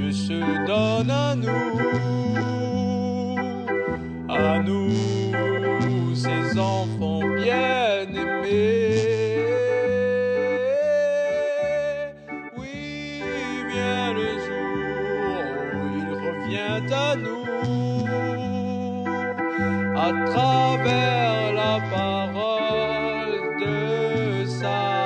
Dieu se donne à nous, ses enfants bien-aimés. Oui, vient le jour où il revient à nous, à travers la parole de sa.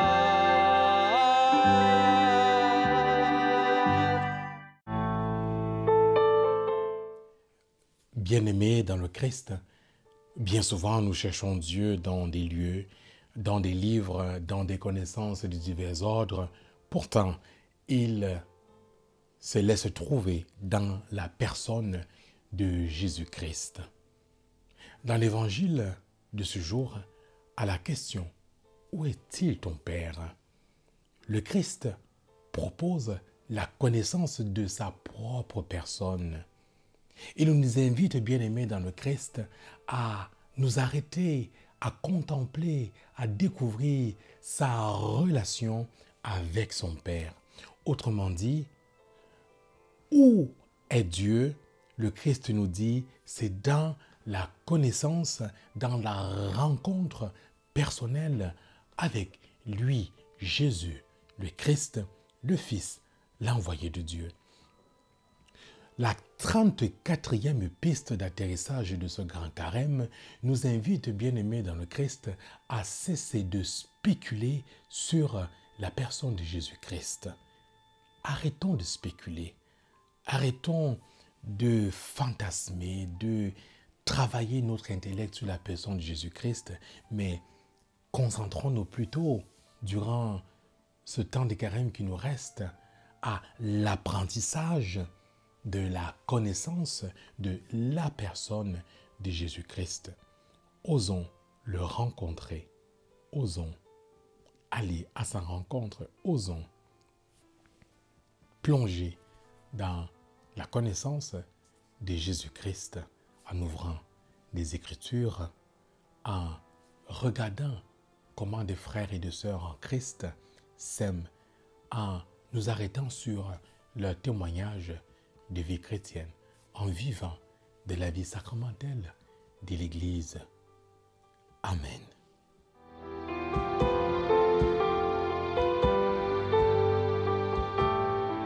Bien-aimés dans le Christ, bien souvent nous cherchons Dieu dans des lieux, dans des livres, dans des connaissances de divers ordres. Pourtant, il se laisse trouver dans la personne de Jésus-Christ. Dans l'évangile de ce jour, à la question « Où est-il ton Père ?», le Christ propose la connaissance de sa propre personne. Il nous invite, bien-aimés dans le Christ, à nous arrêter, à contempler, à découvrir sa relation avec son Père. Autrement dit, où est Dieu? Le Christ nous dit, c'est dans la connaissance, dans la rencontre personnelle avec lui, Jésus, le Christ, le Fils, l'envoyé de Dieu. La 34e piste d'atterrissage de ce grand carême nous invite, bien-aimés dans le Christ, à cesser de spéculer sur la personne de Jésus-Christ. Arrêtons de spéculer. Arrêtons de fantasmer, de travailler notre intellect sur la personne de Jésus-Christ, mais concentrons-nous plutôt, durant ce temps de carême qui nous reste, à l'apprentissage de la connaissance de la personne de Jésus-Christ. Osons le rencontrer, osons aller à sa rencontre, osons plonger dans la connaissance de Jésus-Christ en ouvrant les Écritures, en regardant comment des frères et des sœurs en Christ s'aiment, en nous arrêtant sur leur témoignage de vie chrétienne, en vivant de la vie sacramentelle de l'Église. Amen.